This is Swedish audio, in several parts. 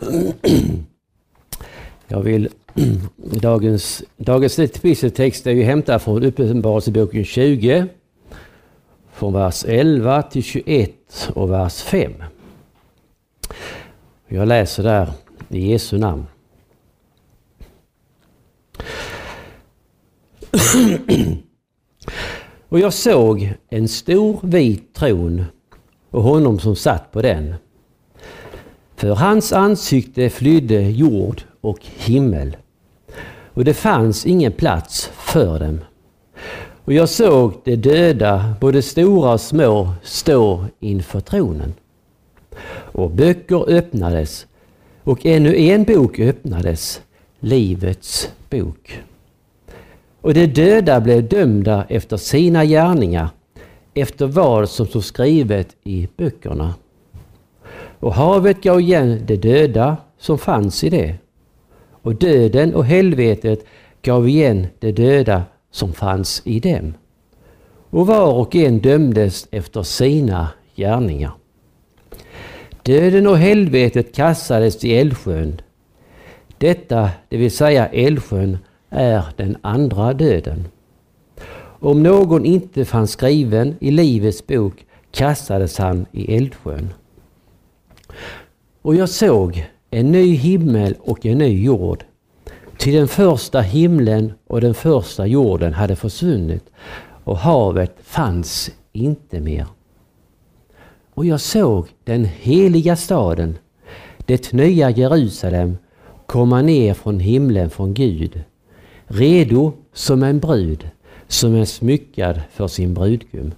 Jag vill dagens episteltext är ju hämtad från Uppenbarelseboken 20 från vers 11 till 21 och vers 5. Jag läser där i Jesu namn. Och jag såg en stor vit tron och honom som satt på den. För hans ansikte flydde jord och himmel, och det fanns ingen plats för dem. Och jag såg de döda, både stora och små, stå inför tronen. Och böcker öppnades, och ännu en bok öppnades, livets bok. Och de döda blev dömda efter sina gärningar, efter vad som stod skrivet i böckerna. Och havet gav igen de döda som fanns i det. Och döden och helvetet gav igen de döda som fanns i dem. Och var och en dömdes efter sina gärningar. Döden och helvetet kastades i eldsjön. Detta, det vill säga eldsjön, är den andra döden. Om någon inte fanns skriven i livets bok kastades han i eldsjön. Och jag såg en ny himmel och en ny jord. Till den första himlen och den första jorden hade försvunnit, och havet fanns inte mer. Och jag såg den heliga staden, det nya Jerusalem, komma ner från himlen från Gud, redo som en brud som är smyckad för sin brudgum.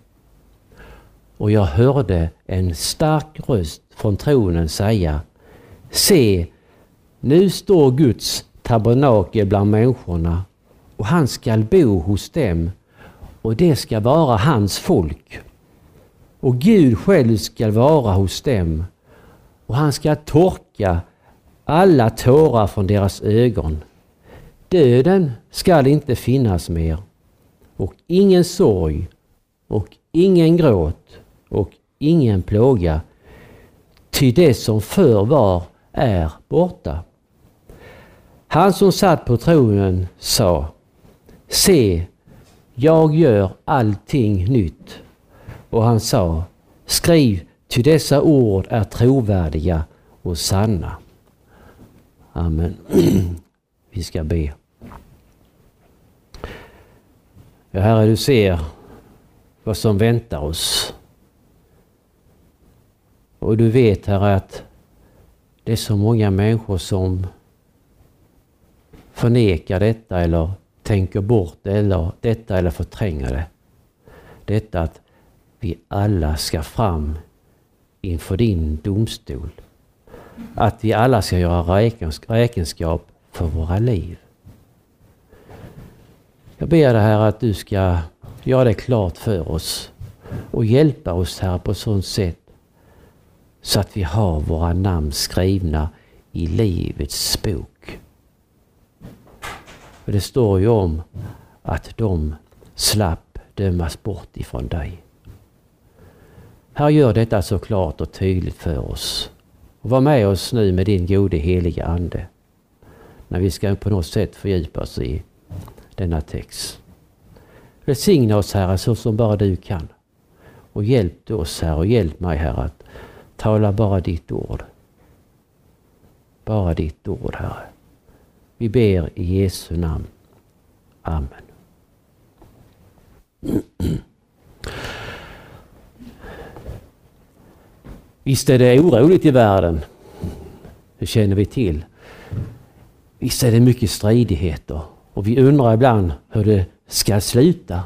Och jag hörde en stark röst från tronen säga: Se, nu står Guds tabernakel bland människorna, och han skall bo hos dem, och det ska vara hans folk. Och Gud själv ska vara hos dem, och han ska torka alla tårar från deras ögon. Döden skall inte finnas mer, och ingen sorg, och ingen gråt, och ingen plåga, ty det som förr var är borta. Han som satt på tronen sa: Se, jag gör allting nytt. Och han sa: Skriv, ty dessa ord är trovärdiga och sanna. Amen. Vi ska be. Ja, Herre, du ser vad som väntar oss. Och du vet, Herre, att det är så många människor som förnekar detta eller tänker bort det eller detta eller förtränger det. Detta att vi alla ska fram inför din domstol. Att vi alla ska göra räkenskap för våra liv. Jag ber dig, Herre, att du ska göra det klart för oss och hjälpa oss här på sådant sätt så att vi har våra namn skrivna i livets bok. För det står ju om att de slapp dömas bort ifrån dig. Här gör detta så klart och tydligt för oss. Och var med oss nu med din gode heliga ande när vi ska på något sätt fördjupa oss i denna text. Välsigna oss, Herre, så som bara du kan. Och hjälp oss, Herre, och hjälp mig, Herre, att tala bara ditt ord. Bara ditt ord, Herre. Vi ber i Jesu namn. Amen. Visst är det oroligt i världen. Det känner vi till. Visst är det mycket stridigheter. Och vi undrar ibland hur det ska sluta.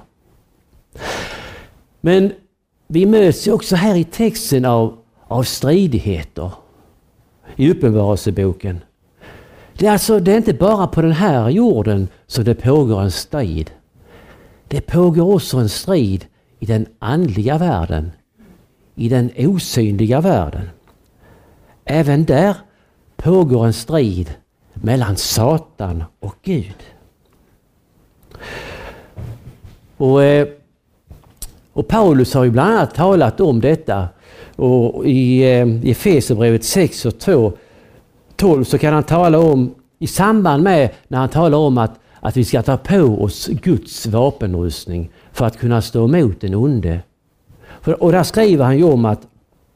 Men vi möts också här i texten av stridigheter. I Uppenbarelseboken. Det är inte bara på den här jorden som det pågår en strid. Det pågår också en strid i den andliga världen. I den osynliga världen. Även där pågår en strid mellan Satan och Gud. Och Paulus har ju bland annat talat om detta. Och i Efesierbrevet 6 och 2 12 så kan han tala om, i samband med när han talar om att vi ska ta på oss Guds vapenrustning för att kunna stå emot den onde. Och där skriver han ju om att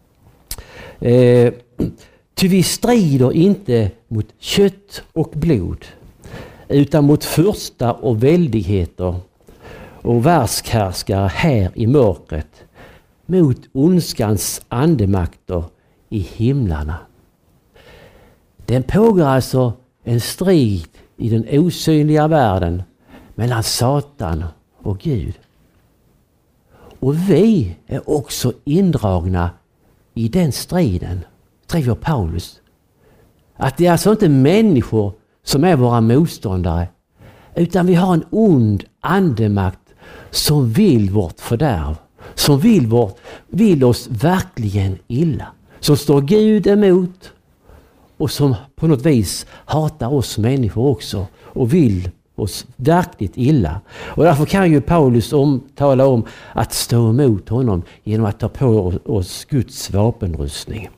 ty vi strider inte mot kött och blod, utan mot första och väldigheter och världshärskare här i mörkret, mot ondskans andemakter i himlarna. Den pågår alltså en strid i den osynliga världen mellan Satan och Gud. Och vi är också indragna i den striden, skriver Paulus. Att det är alltså inte människor som är våra motståndare, utan vi har en ond andemakt som vill vårt fördärv, som vill oss verkligen illa, som står Gud emot och som på något vis hatar oss människor också och vill oss verkligt illa. Och därför kan ju Paulus tala om att stå emot honom genom att ta på oss Guds vapenrustning.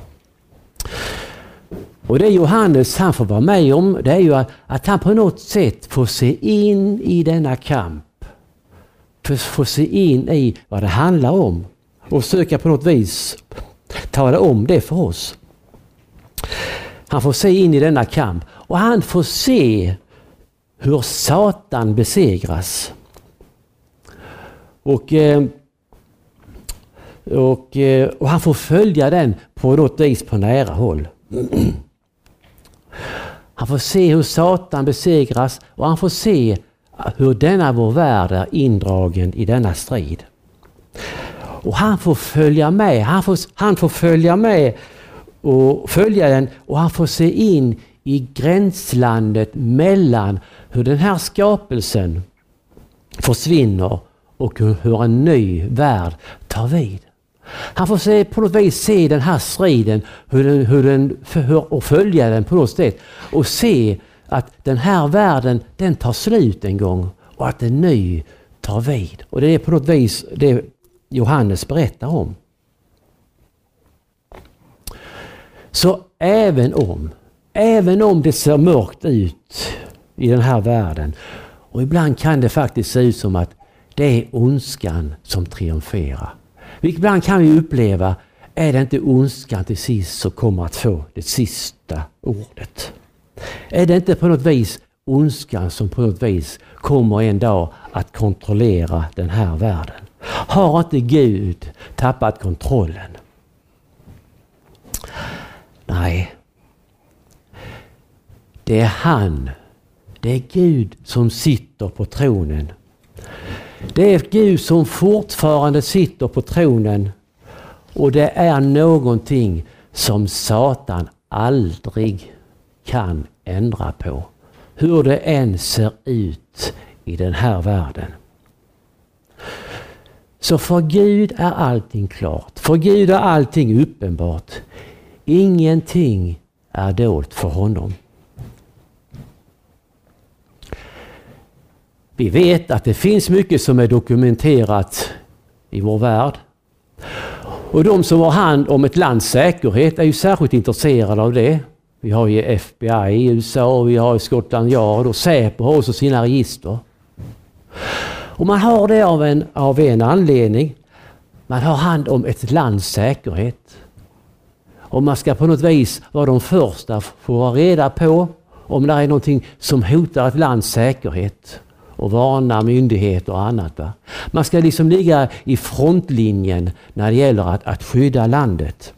Och det Johannes han får vara med om, det är ju att han på något sätt får se in i denna kamp. Får se in i vad det handlar om och söka på något vis tala om det för oss. Han får se in i denna kamp och han får se hur Satan besegras. Och han får följa den på något vis på nära håll. Han får se hur Satan besegras och han får se hur denna vår värld är indragen i denna strid. Och han får följa med. Han får följa med och följa den och han får se in i gränslandet mellan hur den här skapelsen försvinner och hur en ny värld tar vid. Han får på något vis se den här striden och följa den på något sätt och se att den här världen den tar slut en gång och att en ny tar vid. Och det är på något vis det Johannes berättar om. Så även om det ser mörkt ut i den här världen och ibland kan det faktiskt se ut som att det är ondskan som triumferar. Ibland kan vi uppleva, är det inte ondskan till sist som kommer att få det sista ordet? Är det inte på något vis ondskan som på något vis kommer en dag att kontrollera den här världen? Har inte Gud tappat kontrollen? Nej. Det är Gud som sitter på tronen. Det är Gud som fortfarande sitter på tronen och det är någonting som Satan aldrig kan ändra på. Hur det än ser ut i den här världen. Så för Gud är allting klart. För Gud är allting uppenbart. Ingenting är dolt för honom. Vi vet att det finns mycket som är dokumenterat i vår värld. Och de som har hand om ett lands säkerhet är ju särskilt intresserade av det. Vi har ju FBI i USA och vi har Scotland Yard och Säpo har också sina register. Och man har det av en anledning. Man har hand om ett lands säkerhet. Och man ska på något vis vara de första för att vara reda på om det är någonting som hotar ett lands säkerhet. Och varna myndigheter och annat. Va? Man ska liksom ligga i frontlinjen när det gäller att skydda landet.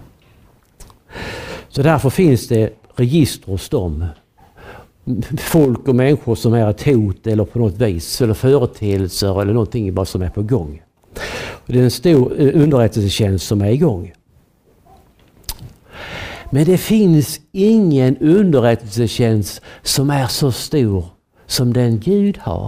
Så därför finns det register hos dem. Folk och människor som är ett hot eller på något vis. Eller företeelser eller någonting bara som är på gång. Det är en stor underrättelsetjänst som är igång. Men det finns ingen underrättelsetjänst som är så stor som den Gud har.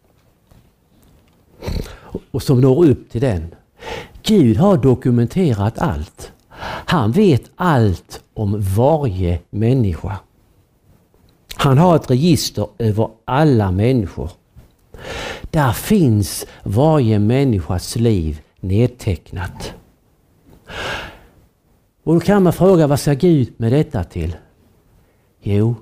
Och som når upp till den. Gud har dokumenterat allt. Han vet allt om varje människa. Han har ett register över alla människor. Där finns varje människas liv nedtecknat. Och då kan man fråga, vad ska Gud med detta till? Jo,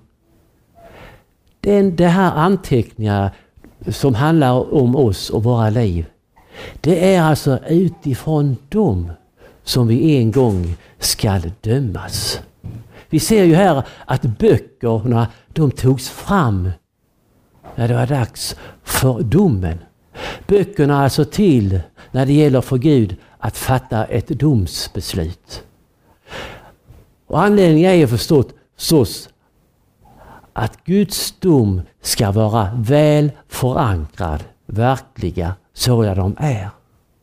det här anteckningar som handlar om oss och våra liv. Det är alltså utifrån dem som vi en gång ska dömas. Vi ser ju här att böckerna de togs fram när det var dags för domen. Böckerna är alltså till när det gäller för Gud att fatta ett domsbeslut. Och anledningen är förstås att Guds dom ska vara väl förankrad, verkliga, så de är.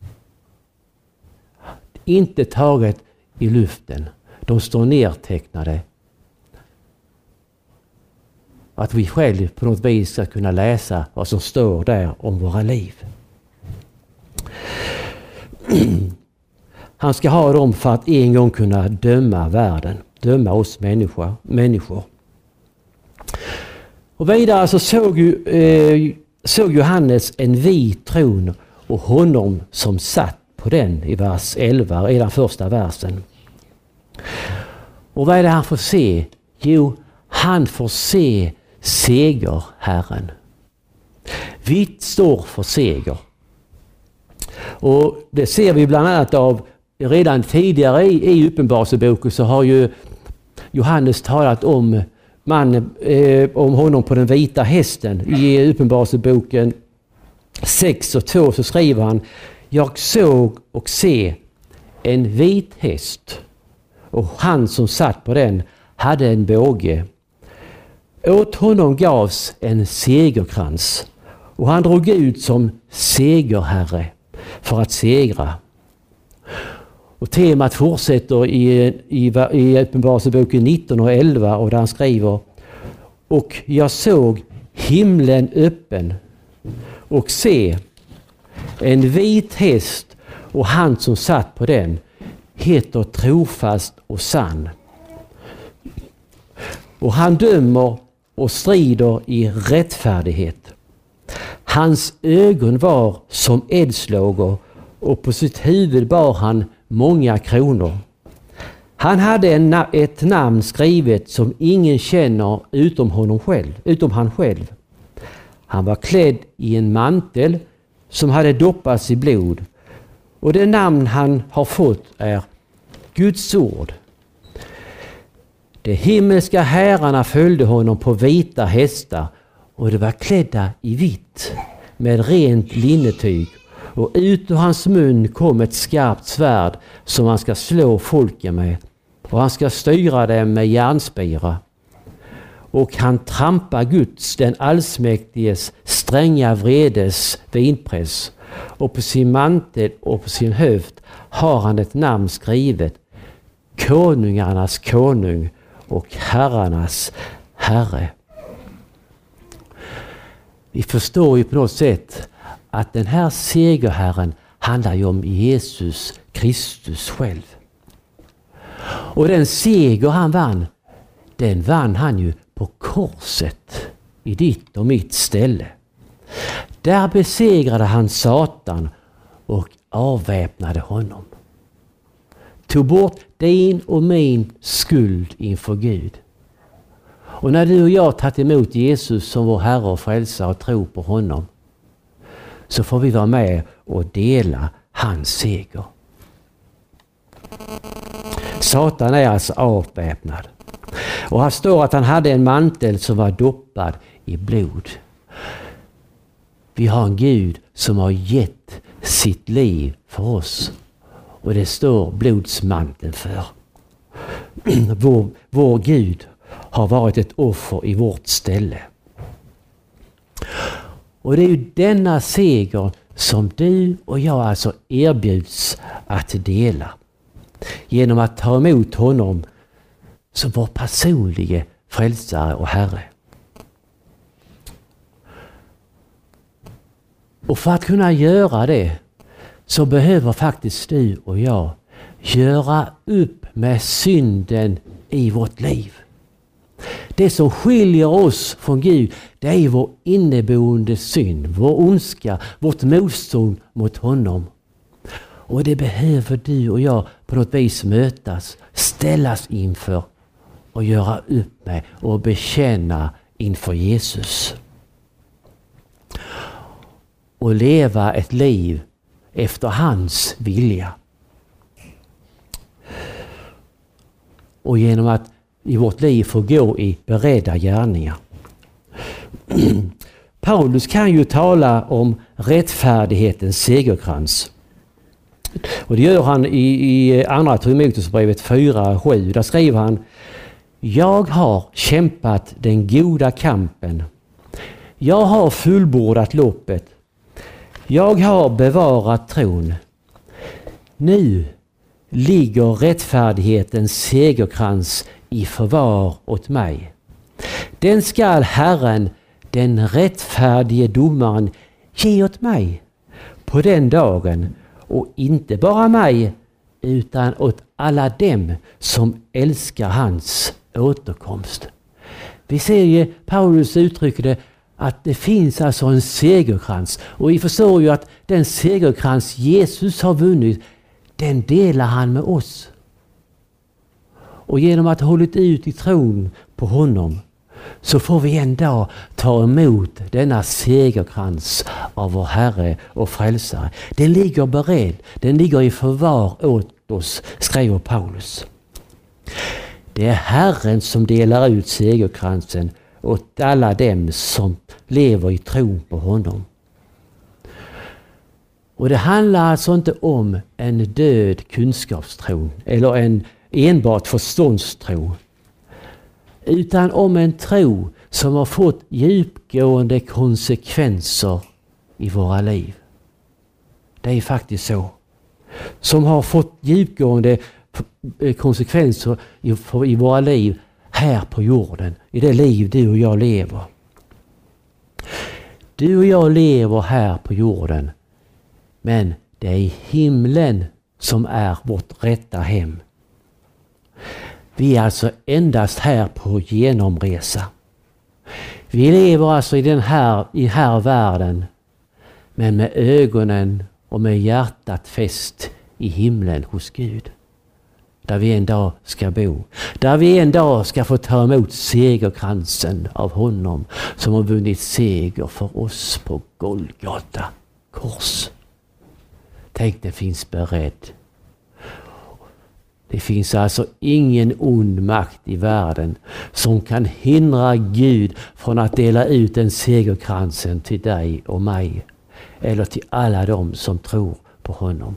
Inte taget i luften. De står nedtecknade. Att vi själv på något vis ska kunna läsa vad som står där om våra liv. Han ska ha dem för att en gång kunna döma världen. Döma oss människor. Och vidare så såg Johannes en vit tron och honom som satt på den i vers 11, i den första versen. Och vad är det han får se? Jo, han får se segerherren. Vitt står för seger. Och det ser vi bland annat av redan tidigare i Uppenbarelseboken, så har ju Johannes talat om honom på den vita hästen. I Uppenbarelseboken 6:2 så skriver han: jag såg och se en vit häst, och han som satt på den hade en båge. Åt honom gavs en segerkrans, och han drog ut som segerherre för att segra. Och temat fortsätter i Uppenbarelseboken 19:11, och där han skriver: och jag såg himlen öppen, och se en vit häst, och han som satt på den heter trofast och sann. Och han dömer och strider i rättfärdighet. Hans ögon var som eldslågor, och på sitt huvud bar han många kronor. Han hade ett namn skrivet som ingen känner utom han själv. Han var klädd i en mantel som hade doppats i blod, och det namn han har fått är Guds ord. De himmelska herrarna följde honom på vita hästar, och de var klädda i vitt med rent linnetyg, och ut ur hans mun kom ett skarpt svärd som han ska slå folken med, och han ska styra dem med järnspira. Och han trampar Guds, den allsmäktiges, stränga vredes vinpress, och på sin mantel och på sin höft har han ett namn skrivet: konungarnas konung och herrarnas herre. Vi förstår ju på något sätt att den här segerherren handlar ju om Jesus Kristus själv. Och den seger han vann, den vann han ju på korset i ditt och mitt ställe. Där besegrade han Satan och avväpnade honom. Tog bort din och min skuld inför Gud. Och när du och jag tagit emot Jesus som vår Herre och frälsare och tror på honom, så får vi vara med och dela hans seger. Satan är alltså avväpnad. Och här står att han hade en mantel som var doppad i blod. Vi har en Gud som har gett sitt liv för oss. Och det står blodsmanteln för. Vår Gud har varit ett offer i vårt ställe. Och det är ju denna seger som du och jag alltså erbjuds att dela. Genom att ta emot honom som vår personliga frälsare och Herre. Och för att kunna göra det så behöver faktiskt du och jag göra upp med synden i vårt liv. Det som skiljer oss från Gud, det är vår inneboende synd, vår ondska, vårt motstånd mot honom. Och det behöver du och jag på något vis mötas, ställas inför och göra upp med och bekänna inför Jesus. Och leva ett liv efter hans vilja. Och genom att i vårt liv få gå i beredda gärningar. Paulus kan ju tala om rättfärdighetens segerkrans. Och det gör han i andra Timoteusbrevet 4:7. Där skriver han: Jag har kämpat den goda kampen. Jag har fullbordat loppet. Jag har bevarat tron. Nu ligger rättfärdighetens segerkrans i förvar åt mig. Den skall Herren, den rättfärdige domaren, ge åt mig på den dagen, och inte bara mig utan åt alla dem som älskar hans återkomst. Vi ser ju Paulus uttrycker det att det finns alltså en segerkrans, och vi förstår ju att den segerkrans Jesus har vunnit, den delar han med oss. Och genom att ha hållit ut i tron på honom så får vi en dag ta emot denna segerkrans av vår Herre och Frälsare. Den ligger beredd, den ligger i förvar åt oss, skriver Paulus. Det är Herren som delar ut segerkransen åt alla dem som lever i tron på honom. Och det handlar alltså inte om en död kunskapstro eller en enbart förståndstro, utan om en tro som har fått djupgående konsekvenser i våra liv. Det är faktiskt så. Som har fått djupgående konsekvenser i våra liv här på jorden, i det liv du och jag lever. Du och jag lever här på jorden, men det är himlen som är vårt rätta hem. Vi är alltså endast här på genomresa. Vi lever alltså i den här världen, men med ögonen och med hjärtat fäst i himlen hos Gud. Där vi en dag ska bo. Där vi en dag ska få ta emot segerkransen av honom som har vunnit seger för oss på Golgata kors. Tänk, det finns beredd. Det finns alltså ingen ond makt i världen som kan hindra Gud från att dela ut den segerkransen till dig och mig. Eller till alla dem som tror på honom.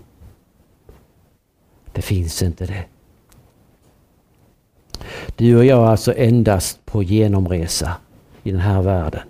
Det finns inte det. Du och jag är alltså endast på genomresa i den här världen.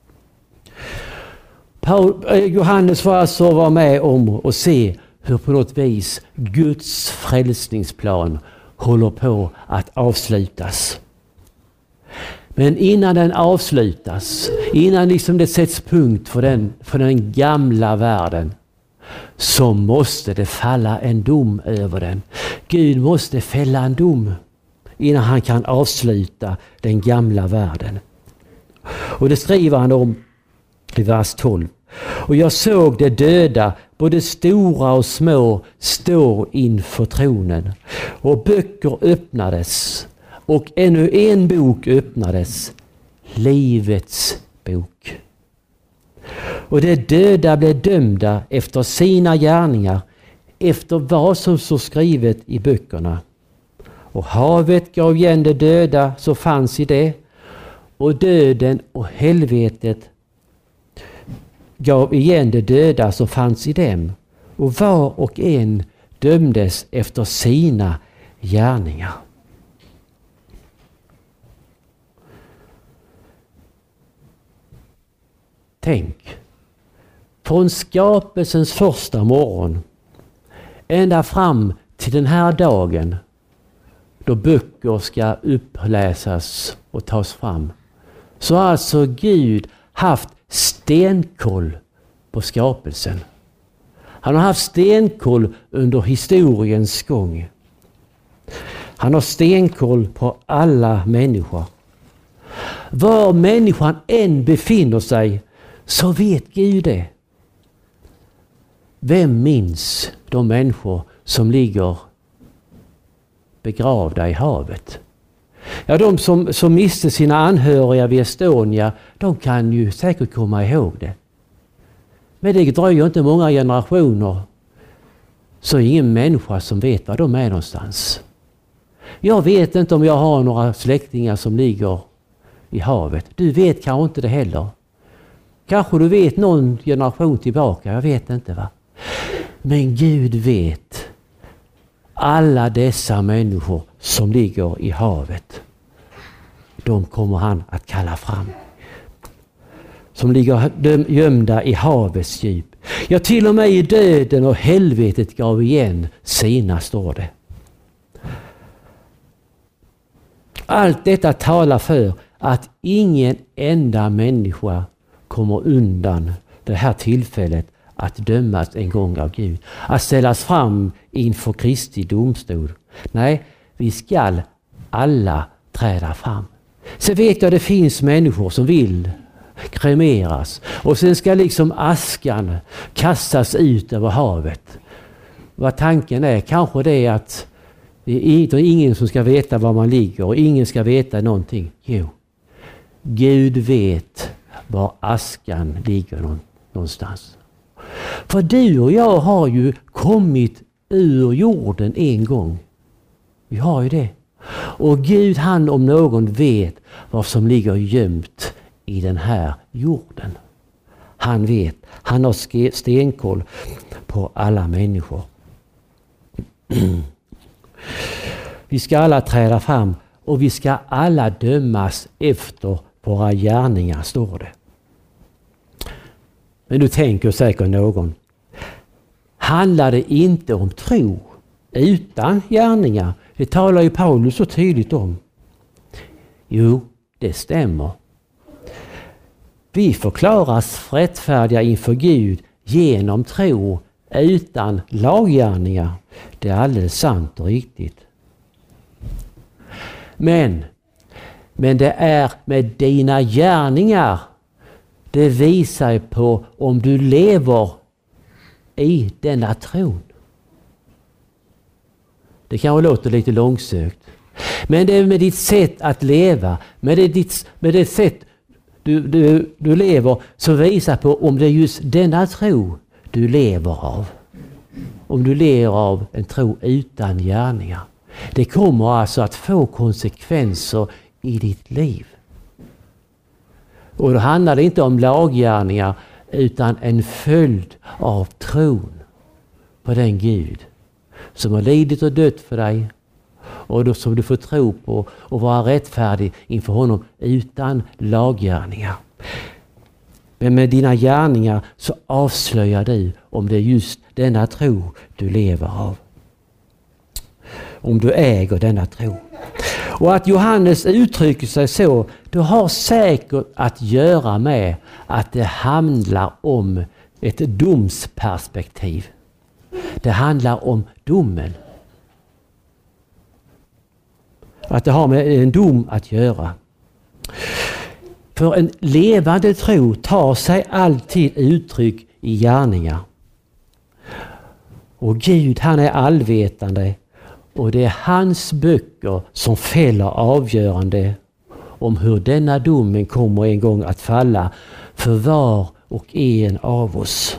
Johannes får alltså vara med om och se hur på något vis Guds frälsningsplan håller på att avslutas. Men innan den avslutas, innan liksom det sätts punkt för den gamla världen, så måste det falla en dom över den. Gud måste fälla en dom innan han kan avsluta den gamla världen. Och det skriver han om i vers 12. Och jag såg det döda, både stora och små, stå inför tronen. Och böcker öppnades. Och ännu en bok öppnades. Livets bok. Och de döda blev dömda efter sina gärningar, efter vad som står skrivet i böckerna. Och havet gav igen de döda så fanns i det. Och döden och helvetet gav igen de döda som fanns i dem, och var och en dömdes efter sina gärningar. Tänk, från skapelsens första morgon ända fram till den här dagen då böcker ska uppläsas och tas fram, så har alltså Gud haft stenkoll på skapelsen. Han har haft stenkoll under historiens gång. Han har stenkoll på alla människor. Var människan än befinner sig så vet Gud det. Vem minns de människor som ligger begravda i havet? Ja, de som miste sina anhöriga vid Estonia, de kan ju säkert komma ihåg det. Men det dröjer inte många generationer så är ingen människa som vet var de är någonstans. Jag vet inte om jag har några släktingar som ligger i havet. Du vet kanske inte det heller. Kanske du vet någon generation tillbaka, jag vet inte va. Men Gud vet alla dessa människor som ligger i havet. De kommer han att kalla fram. Som ligger gömda i havets djup. Ja, till och med i döden och helvetet gav igen sina, står det. Allt detta talar för att ingen enda människa kommer undan det här tillfället att dömas en gång av Gud. Att ställas fram inför Kristi domstol. Nej, vi skall alla träda fram. Så vet jag att det finns människor som vill kremeras. Och sen ska liksom askan kastas ut över havet. Vad tanken är, kanske det är att det är ingen som ska veta var man ligger och ingen ska veta någonting. Jo, Gud vet var askan ligger någonstans. För du och jag har ju kommit ur jorden en gång. Vi har ju det. Och Gud, han om någon vet vad som ligger gömt i den här jorden. Han vet. Han har stenkoll på alla människor. Vi ska alla träda fram och vi ska alla dömas efter våra gärningar, står det. Men du tänker säkert någon. Handlar det inte om tro utan gärningar? Det talar ju Paulus så tydligt om. Jo, det stämmer. Vi förklaras rättfärdiga inför Gud genom tro utan laggärningar. Det är alldeles sant och riktigt. Men det är med dina gärningar det visar på om du lever i denna tron. Det kanske låter lite långsökt. Men det är med ditt sätt att leva, med det sätt du lever, så visar på om det är just denna tro du lever av. Om du lever av en tro utan gärningar. Det kommer alltså att få konsekvenser i ditt liv. Och då handlar det inte om laggärningar utan en följd av tron på den Gud som har lidit och dött för dig och då som du får tro på och vara rättfärdig inför honom utan laggärningar. Men med dina gärningar så avslöjar du om det är just denna tro du lever av. Om du äger denna tro. Och att Johannes uttrycker sig så, det har säkert att göra med att det handlar om ett domsperspektiv. Det handlar om domen. Att det har med en dom att göra. För en levande tro tar sig alltid uttryck i gärningar. Och Gud, han är allvetande. Och det är hans böcker som fäller avgörande om hur denna domen kommer en gång att falla för var och en av oss.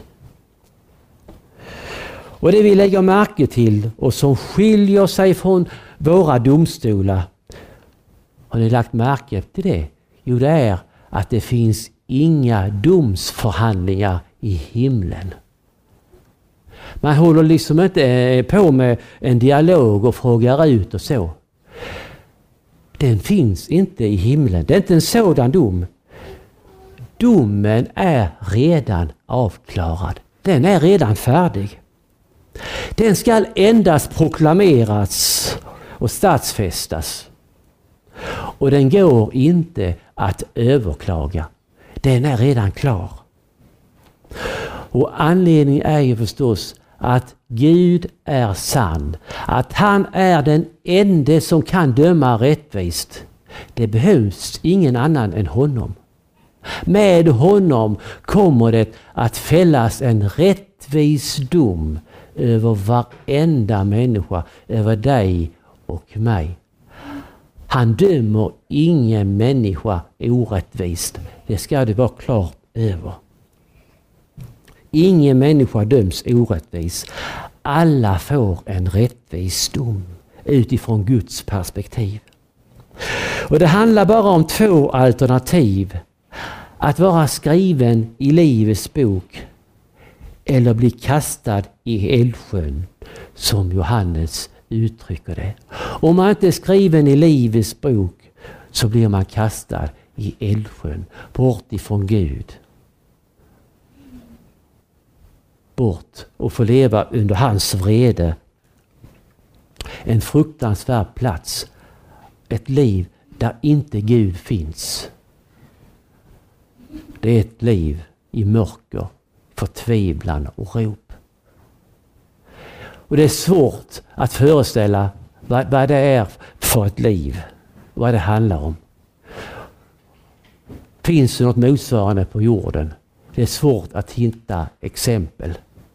Och det vi lägger märke till och som skiljer sig från våra domstolar, har ni lagt märke till det? Jo, det är att det finns inga domsförhandlingar i himlen. Man håller liksom inte på med en dialog och frågar ut och så. Den finns inte i himlen. Det är inte en sådan dom. Domen är redan avklarad. Den är redan färdig. Den ska endast proklameras och stadsfästas. Och den går inte att överklaga. Den är redan klar. Och anledningen är ju förstås att Gud är sann. Att han är den enda som kan döma rättvist. Det behövs ingen annan än honom. Med honom kommer det att fällas en rättvis dom över varenda människa, över dig och mig. Han dömer ingen människa orättvist. Det ska det vara klart över. Ingen människa döms orättvis. Alla får en rättvis dom utifrån Guds perspektiv. Och det handlar bara om 2 alternativ. Att vara skriven i livets bok eller bli kastad i eldsjön, som Johannes uttrycker det. Om man inte är skriven i livets bok så blir man kastad i eldsjön, bort ifrån Gud. Bort och få leva under hans vrede. En fruktansvärd plats. Ett liv där inte Gud finns. Det är ett liv i mörker, förtvivlan och rop. Och det är svårt att föreställa vad det är för ett liv. Vad det handlar om. Finns det något motsvarande på jorden? Det är svårt att hitta exempel.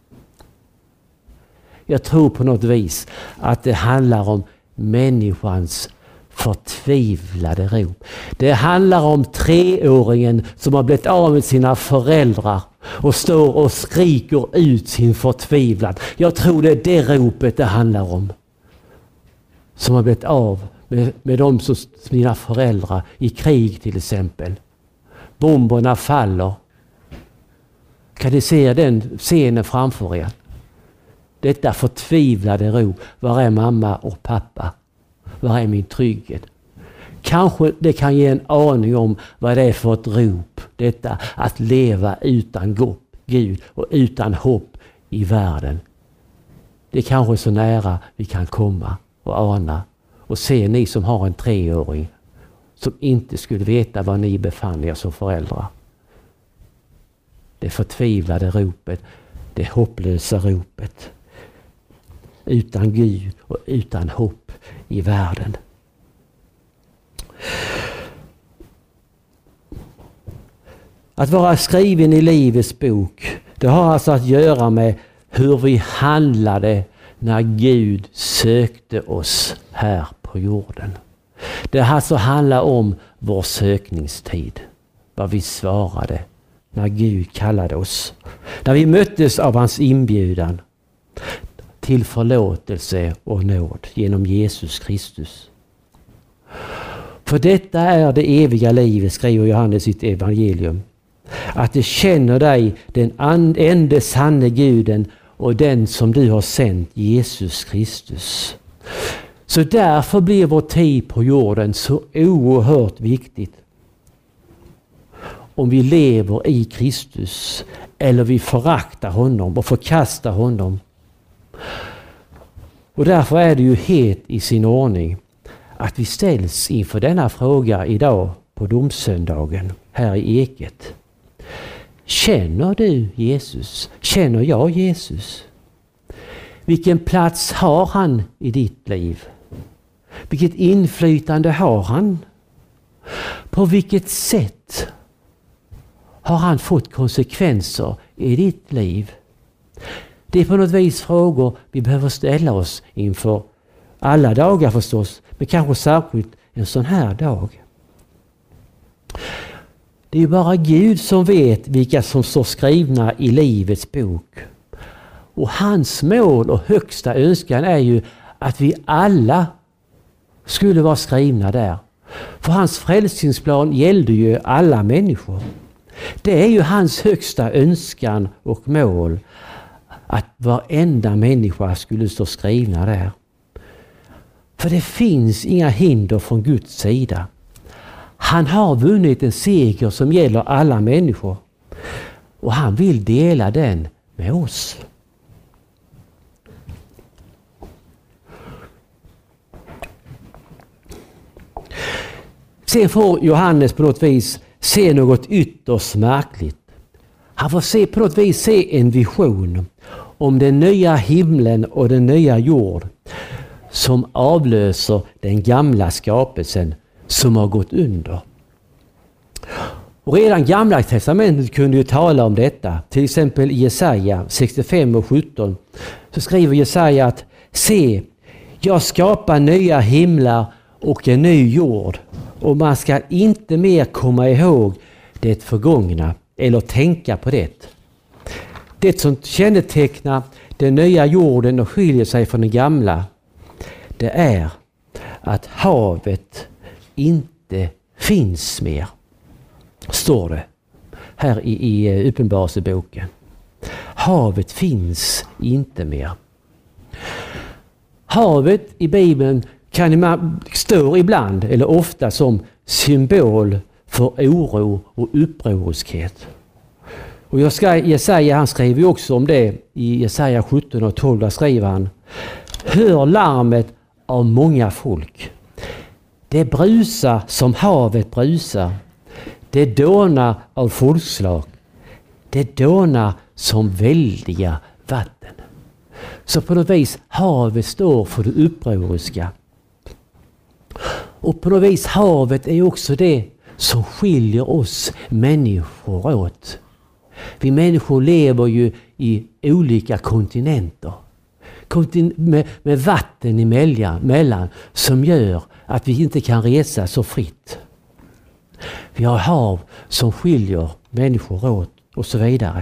Jag tror på något vis att det handlar om människans förtvivlade rop. Det handlar om 3-åringen som har blivit av med sina föräldrar och står och skriker ut sin förtvivlan. Jag tror det är det ropet det handlar om. Som har blivit av med de som sina föräldrar i krig till exempel. Bomberna faller. Kan ni se den scenen framför er? Detta förtvivlade rop. Var är mamma och pappa? Var är min trygghet? Kanske det kan ge en aning om vad det är för ett rop. Detta att leva utan Gud och utan hopp i världen. Det är kanske så nära vi kan komma och ana. Och se ni som har en 3-åring som inte skulle veta var ni befann er som föräldrar. Det förtvivlade ropet, det hopplösa ropet. Utan Gud och utan hopp i världen. Att vara skriven i livets bok, det har alltså att göra med hur vi handlade när Gud sökte oss här på jorden. Det alltså handlar om vår sökningstid. Vad vi svarade när Gud kallade oss. När vi möttes av hans inbjudan till förlåtelse och nåd genom Jesus Kristus. För detta är det eviga livet, skriver Johannes i sitt evangelium. Att det känner dig, den enda sanne Guden och den som du har sänt, Jesus Kristus. Så därför blir vår tid på jorden så oerhört viktigt. Om vi lever i Kristus eller vi föraktar honom och förkastar honom. Och därför är det ju helt i sin ordning att vi ställs inför denna fråga idag på domsöndagen här i Eket. Känner du Jesus? Känner jag Jesus? Vilken plats har han i ditt liv? Vilket inflytande har han? På vilket sätt har han fått konsekvenser i ditt liv? Det är på något vis frågor vi behöver ställa oss inför alla dagar förstås, men kanske särskilt en sån här dag. Det är ju bara Gud som vet vilka som står skrivna i livets bok. Och hans mål och högsta önskan är ju att vi alla skulle vara skrivna där. För hans frälsningsplan gällde ju alla människor. Det är ju hans högsta önskan och mål att varenda människa skulle stå skrivna där. För det finns inga hinder från Guds sida. Han har vunnit en seger som gäller alla människor. Och han vill dela den med oss. Sen får Johannes på något vis se något ytterst märkligt. Han får på något vis se en vision om den nya himlen och den nya jord som avlöser den gamla skapelsen som har gått under. Och redan gamla testamentet kunde ju tala om detta. Till exempel i Jesaja 65 och 17 så skriver Jesaja att se, jag skapar nya himlar och en ny jord, och man ska inte mer komma ihåg det förgångna eller tänka på det. Det som kännetecknar den nya jorden och skiljer sig från den gamla, det är att havet inte finns mer, står det här i Uppenbarelseboken. Havet finns inte mer. Havet i Bibeln står ibland eller ofta som symbol för oro och upproriskhet. Och Jesaja, han skriver ju också om det i Jesaja 17 och 12. Där skriver han: hör larmet av många folk. Det brusar som havet brusar. Det dånar av folkslag. Det dånar som väldiga vatten. Så på något vis havet står för det upproriska. Och på något vis havet är också det som skiljer oss människor åt. Vi människor lever ju i olika kontinenter. Med vatten emellan som gör att vi inte kan resa så fritt. Vi har hav som skiljer människor åt och så vidare.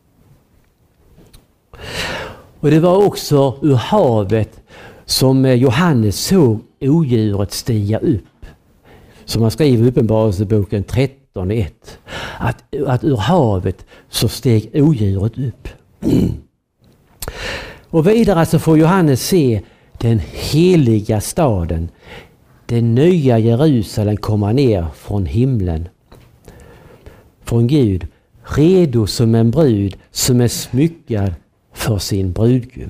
Och det var också ur havet som Johannes såg odjuret stiga upp. Som han skriver i Uppenbarelseboken 13:1. Att ur havet så steg odjuret upp. Och vidare så får Johannes se den heliga staden, den nya Jerusalem, komma ner från himlen, från Gud, redo som en brud som är smyckad för sin brudgum.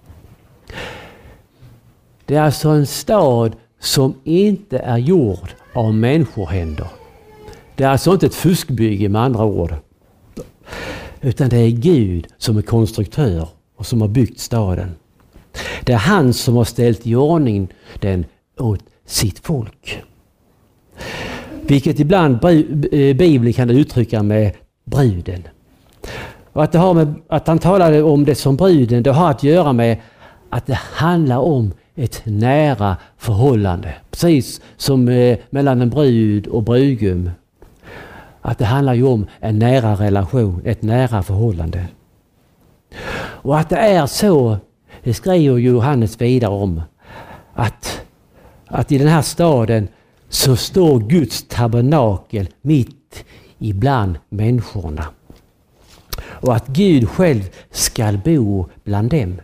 Det är alltså en stad som inte är gjord av människohänder. Det är alltså inte ett fuskbygge med andra ord. Utan det är Gud som är konstruktör och som har byggt staden. Det är han som har ställt i ordning den åt sitt folk. Vilket ibland Bibeln kan uttrycka med bruden. Och att han talade om det som bruden, det har att göra med att det handlar om ett nära förhållande. Precis som mellan en brud och brudgum. Att det handlar ju om en nära relation, ett nära förhållande. Och att det är så, det skriver Johannes vidare om, att i den här staden så står Guds tabernakel mitt ibland människorna. Och att Gud själv ska bo bland dem.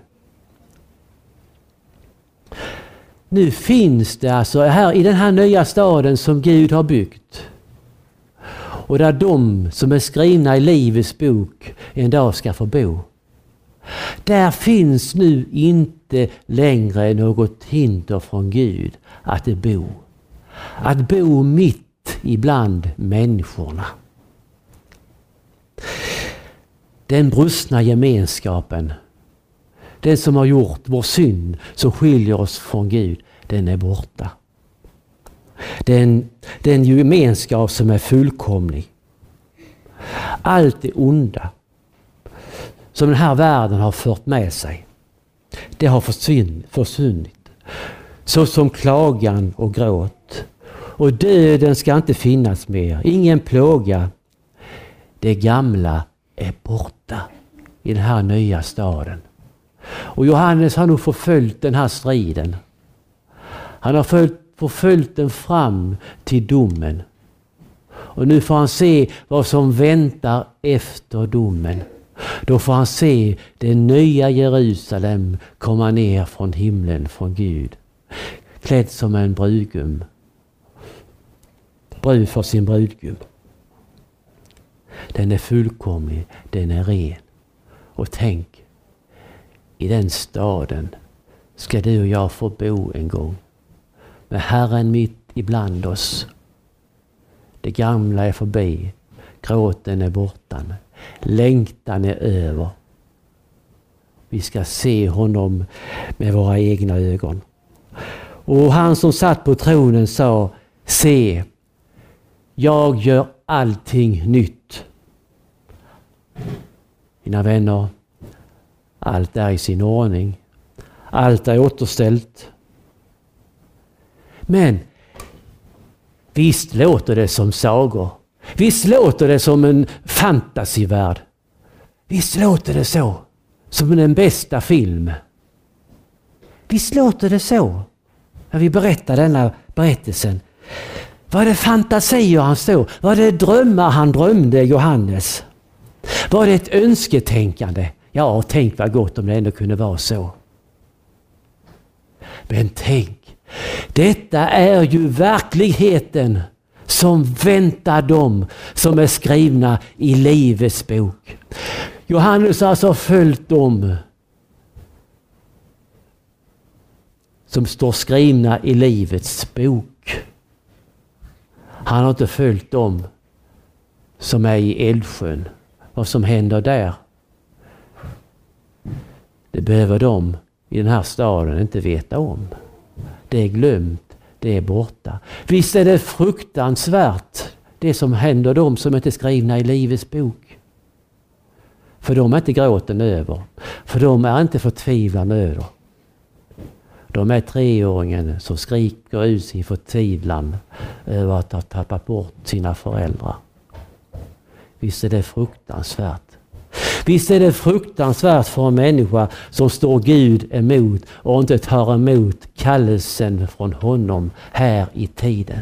Nu finns det alltså här i den här nya staden som Gud har byggt. Och där de som är skrivna i livets bok en dag ska få bo. Där finns nu inte längre något hinder från Gud att bo. Att bo mitt ibland människorna. Den brustna gemenskapen, den som har gjort vår synd som skiljer oss från Gud, den är borta. Den gemenskap som är fullkomlig. Allt det onda som den här världen har fört med sig, det har försvunnit. Så som klagan och gråt. Och döden ska inte finnas mer. Ingen plåga. Det gamla är borta i den här nya staden. Och Johannes har nog förföljt den här striden. Han har förföljt den fram till domen. Och nu får han se vad som väntar efter domen. Då får han se det nya Jerusalem komma ner från himlen, från Gud. Klädd som en brudgum. Brud för sin brudgum. Den är fullkomlig, den är ren. Och tänk, i den staden ska du och jag få bo en gång. Med Herren mitt ibland oss. Det gamla är förbi. Gråten är borta. Längtan är över. Vi ska se honom med våra egna ögon. Och han som satt på tronen sa: se, jag gör allting nytt. Mina vänner, allt är i sin ordning. Allt är återställt. Men visst låter det som sagor. Visst låter det som en fantasivärld. Visst låter det så. Som den bästa film. Visst låter det så. När vi berättar denna berättelsen. Var det fantasier han stod? Var det drömmar han drömde, Johannes? Var det ett önsketänkande? Ja, tänk vad gott om det ändå kunde vara så. Men tänk, detta är ju verkligheten som väntar dem som är skrivna i Livets bok. Johannes har alltså följt dem som står skrivna i Livets bok. Han har inte följt dem som är i Eldsjön. Vad som händer där, det behöver de i den här staden inte veta om. Det är glömt, det är borta. Visst är det fruktansvärt det som händer dem som inte är skrivna i Livets bok. För de är inte gråten över. För de är inte förtvivlan över. De är 3-åringen som skriker ut sin förtvivlan över att ha tappat bort sina föräldrar. Visst är det fruktansvärt. Visst är det fruktansvärt för en människa som står Gud emot och inte tar emot kallelsen från honom här i tiden.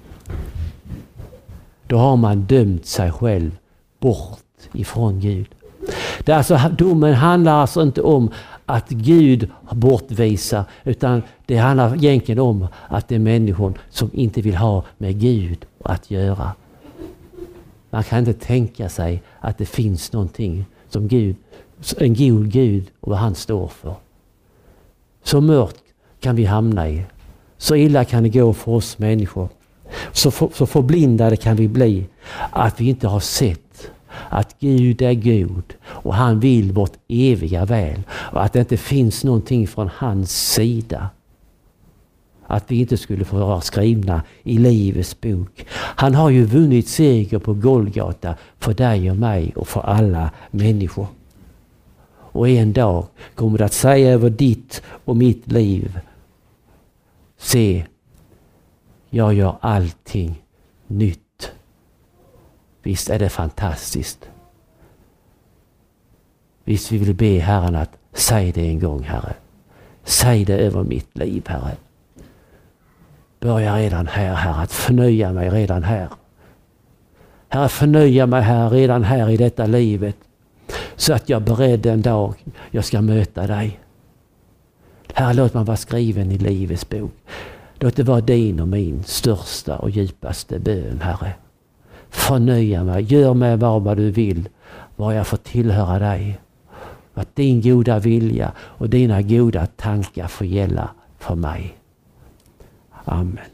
Då har man dömt sig själv bort ifrån Gud. Det är alltså, domen handlar alltså inte om att Gud bortvisar, utan det handlar egentligen om att det är människor som inte vill ha med Gud att göra. Man kan inte tänka sig att det finns någonting som Gud, en god Gud och vad han står för. Så mörkt kan vi hamna i. Så illa kan det gå för oss människor. Så förblindade kan vi bli att vi inte har sett att Gud är god och han vill vårt eviga väl. Och att det inte finns någonting från hans sida. Att vi inte skulle få vara skrivna i Livets bok. Han har ju vunnit seger på Golgata för dig och mig och för alla människor. Och en dag kommer det att säga över ditt och mitt liv: se, jag gör allting nytt. Visst är det fantastiskt. Visst vi vill be Herren att säg det en gång, Herre. Säg det över mitt liv, Herre. Börja redan här, Herre, att förnya mig redan här. Herre, förnya mig här, redan här i detta livet. Så att jag är beredd den dag jag ska möta dig. Herre, låt mig vara skriven i Livets bok. Låt det vara din och min största och djupaste bön, Herre. Förnya mig, gör mig vad du vill, vad jag får tillhöra dig. Att din goda vilja och dina goda tankar får gälla för mig. Amen.